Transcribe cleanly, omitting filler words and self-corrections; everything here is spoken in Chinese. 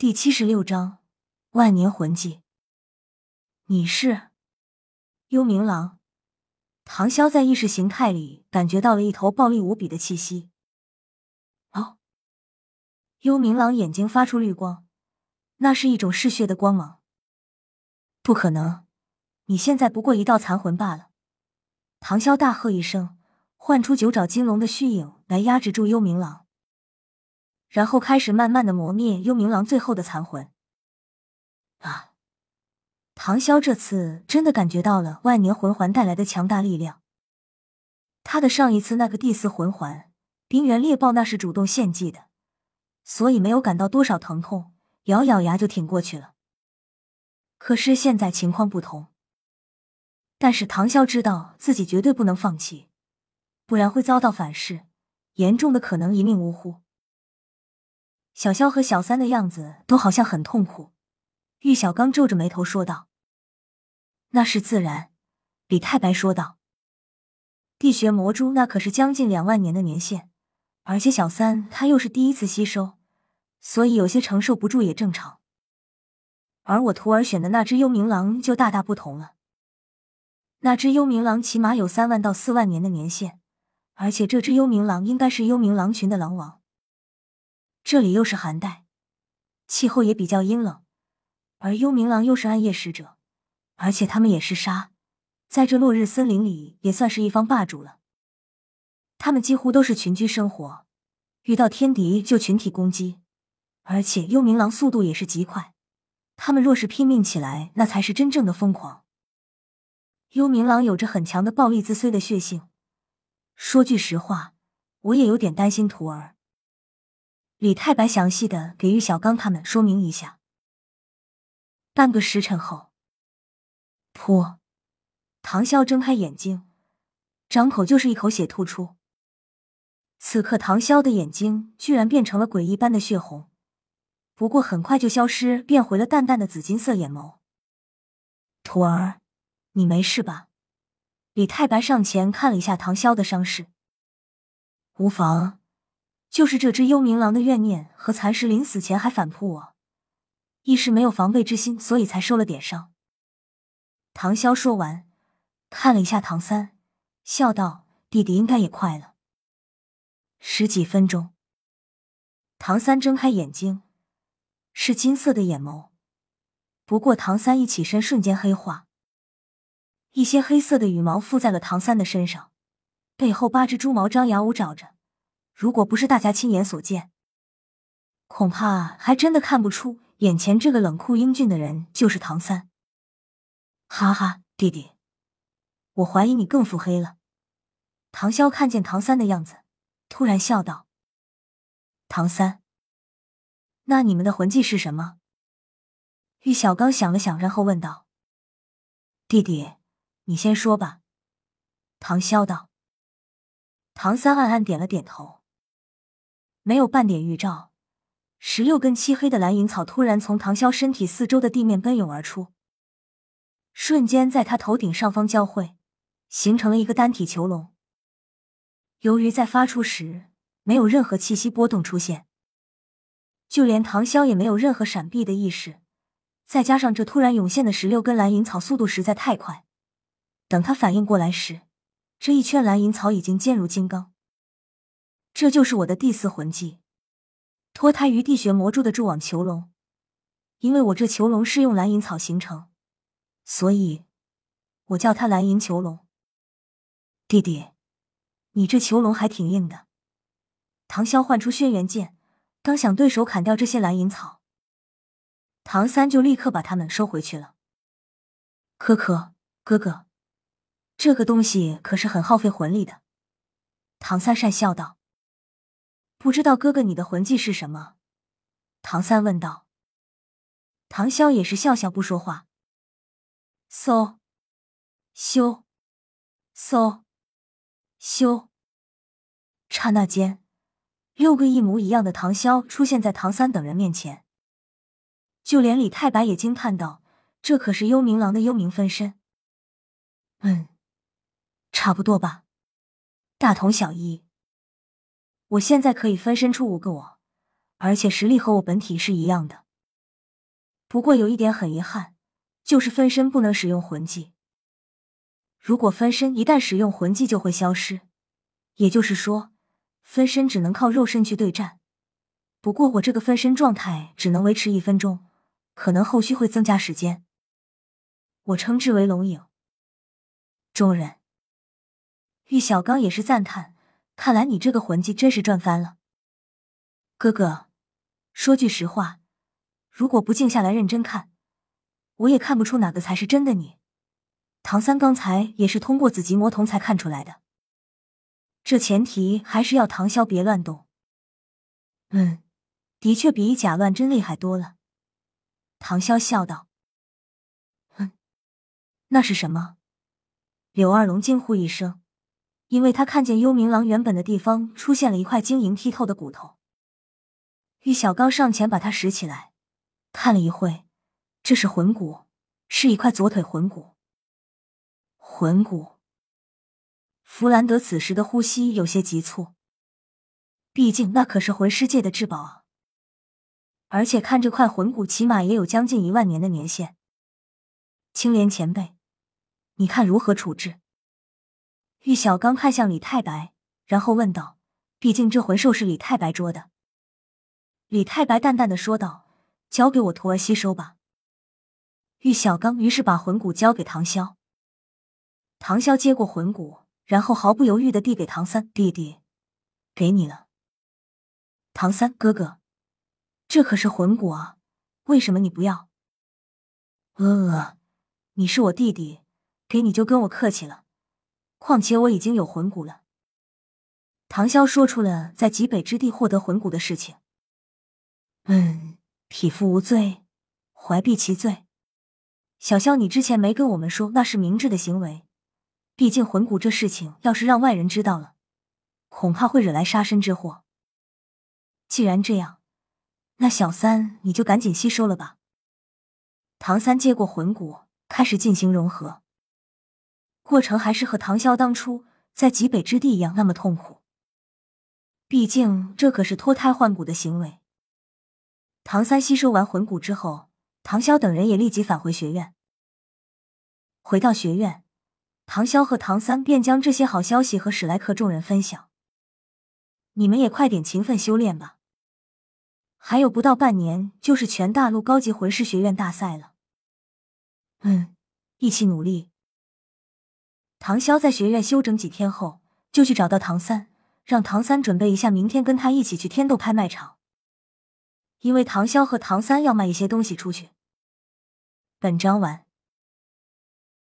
第76章万年魂技。你是幽冥狼。唐潇在意识形态里感觉到了一头暴力无比的气息。哦！幽冥狼眼睛发出绿光，那是一种嗜血的光芒。不可能，你现在不过一道残魂罢了。唐潇大喝一声，唤出九爪金龙的虚影来压制住幽冥狼，然后开始慢慢的磨灭幽冥狼最后的残魂。啊！唐潇这次真的感觉到了万年魂环带来的强大力量。他的上一次那个第4魂环冰原猎豹那是主动献祭的，所以没有感到多少疼痛，咬咬牙就挺过去了。可是现在情况不同。但是唐潇知道自己绝对不能放弃，不然会遭到反噬，严重的可能一命呜呼。小萧和小三的样子都好像很痛苦。玉小刚皱着眉头说道：“那是自然。”李太白说道：“地穴魔珠那可是将近2万年的年限，而且小三他又是第一次吸收，所以有些承受不住也正常。而我徒儿选的那只幽冥狼就大大不同了。那只幽冥狼起码有3万到4万年的年限，而且这只幽冥狼应该是幽冥狼群的狼王。这里又是寒带，气候也比较阴冷，而幽冥狼又是暗夜使者，而且他们也是杀，在这落日森林里也算是一方霸主了。他们几乎都是群居生活，遇到天敌就群体攻击，而且幽冥狼速度也是极快，他们若是拼命起来，那才是真正的疯狂。幽冥狼有着很强的暴力自摧的血性，说句实话，我也有点担心徒儿。李太白详细的给玉小刚他们说明一下。半个时辰后，噗！唐潇睁开眼睛，张口就是一口血吐出。此刻唐潇的眼睛居然变成了鬼一般的血红，不过很快就消失，变回了淡淡的紫金色眼眸。徒儿，你没事吧？李太白上前看了一下唐潇的伤势。无妨，就是这只幽冥狼的怨念和蚕食临死前还反扑我，一时没有防备之心，所以才受了点伤。唐潇说完，看了一下唐三，笑道：“弟弟应该也快了。”10几分钟，唐三睁开眼睛，是金色的眼眸。不过唐三一起身，瞬间黑化，一些黑色的羽毛附在了唐三的身上，背后8只猪毛张牙舞爪着。如果不是大家亲眼所见，恐怕还真的看不出眼前这个冷酷英俊的人就是唐三。哈哈，弟弟，我怀疑你更腹黑了。唐潇看见唐三的样子，突然笑道：“唐三，那你们的魂技是什么？”玉小刚想了想，然后问道：“弟弟，你先说吧。”唐潇道。唐三暗暗点了点头。没有半点预兆，16根漆黑的蓝银草突然从唐潇身体四周的地面奔涌而出，瞬间在他头顶上方交汇，形成了一个单体囚笼。由于在发出时没有任何气息波动出现，就连唐潇也没有任何闪避的意识，再加上这突然涌现的16根蓝银草速度实在太快，等他反应过来时，这一圈蓝银草已经坚如金刚。这就是我的第4魂技，脱胎于地穴魔珠的蛛网囚笼。因为我这囚笼是用蓝银草形成，所以我叫它蓝银囚笼。弟弟，你这囚笼还挺硬的。唐潇唤出轩辕剑，刚想对手砍掉这些蓝银草，唐三就立刻把它们收回去了。可哥哥，这个东西可是很耗费魂力的。唐三讪笑道。不知道哥哥你的魂技是什么？唐三问道。唐潇也是笑笑不说话。嗖，咻，嗖，咻。刹那间，6个一模一样的唐潇出现在唐三等人面前。就连李太白也惊叹道：“这可是幽冥狼的幽冥分身。”差不多吧，大同小异。我现在可以分身出5个我，而且实力和我本体是一样的。 不过有一点很遗憾，就是分身不能使用魂技。如果分身一旦使用魂技就会消失，也就是说，分身只能靠肉身去对战。不过我这个分身状态只能维持1分钟，可能后续会增加时间。我称之为龙影。众人，玉小刚也是赞叹，看来你这个魂技真是赚翻了。哥哥，说句实话，如果不静下来认真看，我也看不出哪个才是真的你。唐三刚才也是通过紫极魔瞳才看出来的，这前提还是要唐潇别乱动。的确比以假乱真厉害多了。唐潇笑道。那是什么？柳二龙惊呼一声，因为他看见幽冥狼原本的地方出现了一块晶莹剔透的骨头。玉小刚上前把他拾起来，看了一会，这是魂骨，是一块左腿魂骨。魂骨。弗兰德此时的呼吸有些急促，毕竟那可是魂师界的至宝啊！而且看这块魂骨起码也有将近1万年的年限。青莲前辈，你看如何处置？玉小刚看向李太白，然后问道，毕竟这魂兽是李太白捉的。李太白淡淡的说道，交给我徒儿吸收吧。玉小刚于是把魂骨交给唐潇。唐潇接过魂骨，然后毫不犹豫地递给唐三，弟弟，给你了。唐三哥哥，这可是魂骨啊，为什么你不要？你是我弟弟，给你就跟我客气了，况且我已经有魂骨了。唐潇说出了在极北之地获得魂骨的事情。匹夫无罪，怀璧其罪。小萧，你之前没跟我们说那是明智的行为，毕竟魂骨这事情要是让外人知道了，恐怕会惹来杀身之祸。既然这样，那小三你就赶紧吸收了吧。唐三接过魂骨，开始进行融合。过程还是和唐潇当初在极北之地一样那么痛苦，毕竟这可是脱胎换骨的行为。唐三吸收完魂骨之后，唐潇等人也立即返回学院。回到学院，唐潇和唐三便将这些好消息和史莱克众人分享。你们也快点勤奋修炼吧，还有不到半年就是全大陆高级魂师学院大赛了。一起努力。唐潇在学院休整几天后，就去找到唐三，让唐三准备一下明天跟他一起去天斗拍卖场。因为唐潇和唐三要卖一些东西出去。本章完。